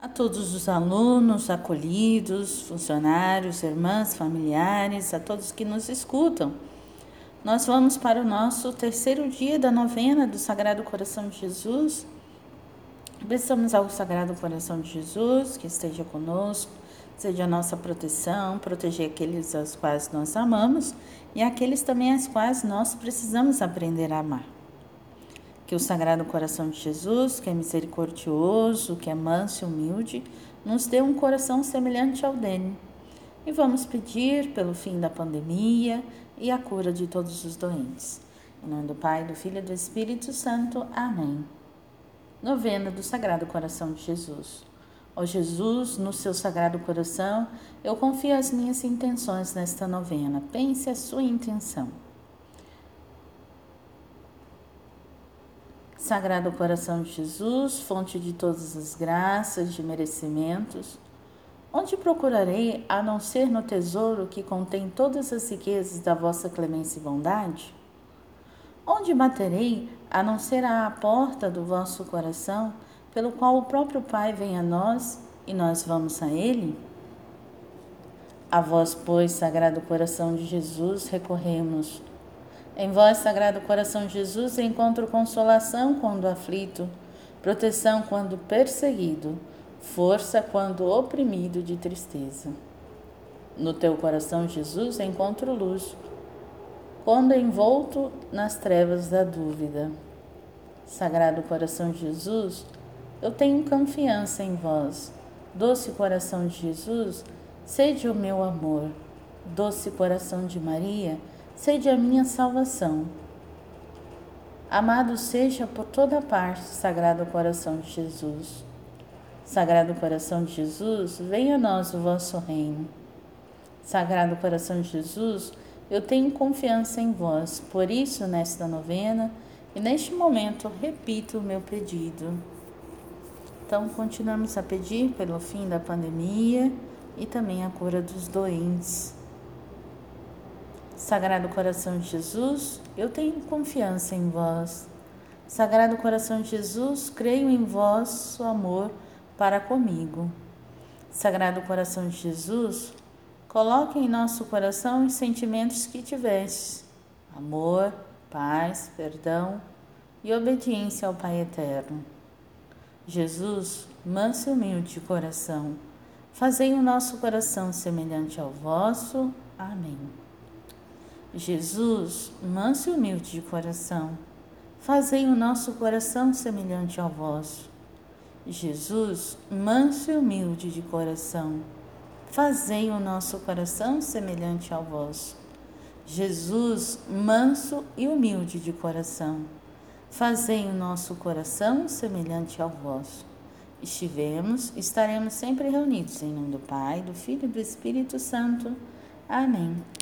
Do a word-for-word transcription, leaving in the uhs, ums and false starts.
A todos os alunos, acolhidos, funcionários, irmãs, familiares, a todos que nos escutam. Nós vamos para o nosso terceiro dia da novena do Sagrado Coração de Jesus. Peçamos ao Sagrado Coração de Jesus que esteja conosco, seja a nossa proteção, proteger aqueles aos quais nós amamos e aqueles também aos quais nós precisamos aprender a amar. Que o Sagrado Coração de Jesus, que é misericordioso, que é manso e humilde, nos dê um coração semelhante ao dele. E vamos pedir pelo fim da pandemia e a cura de todos os doentes. Em nome do Pai, do Filho e do Espírito Santo. Amém. Novena do Sagrado Coração de Jesus. Ó Jesus, no seu Sagrado Coração, eu confio as minhas intenções nesta novena. Pense a sua intenção. Sagrado Coração de Jesus, fonte de todas as graças, de merecimentos, onde procurarei a não ser no tesouro que contém todas as riquezas da vossa clemência e bondade? Onde baterei a não ser à porta do vosso coração, pelo qual o próprio Pai vem a nós e nós vamos a Ele? A vós, pois, Sagrado Coração de Jesus, recorremos. Em vós, Sagrado Coração de Jesus, encontro consolação quando aflito, proteção quando perseguido, força quando oprimido de tristeza. No teu coração, Jesus, encontro luz, quando envolto nas trevas da dúvida. Sagrado Coração de Jesus, eu tenho confiança em vós. Doce Coração de Jesus, sede o meu amor. Doce Coração de Maria, sede a minha salvação. Amado seja por toda parte, Sagrado Coração de Jesus. Sagrado Coração de Jesus, venha a nós o vosso reino. Sagrado Coração de Jesus, eu tenho confiança em vós, por isso, nesta novena e neste momento, repito o meu pedido. Então, continuamos a pedir pelo fim da pandemia e também a cura dos doentes. Sagrado Coração de Jesus, eu tenho confiança em vós. Sagrado Coração de Jesus, creio em vosso amor para comigo. Sagrado Coração de Jesus, coloque em nosso coração os sentimentos que tivestes: amor, paz, perdão e obediência ao Pai Eterno. Jesus, manso e humilde de coração, fazei o nosso coração semelhante ao vosso. Amém. Jesus, manso e humilde de coração, fazei o nosso coração semelhante ao vosso. Jesus, manso e humilde de coração, fazei o nosso coração semelhante ao vosso. Jesus, manso e humilde de coração, fazei o nosso coração semelhante ao vosso. Estivemos, estaremos sempre reunidos em nome do Pai, do Filho e do Espírito Santo. Amém.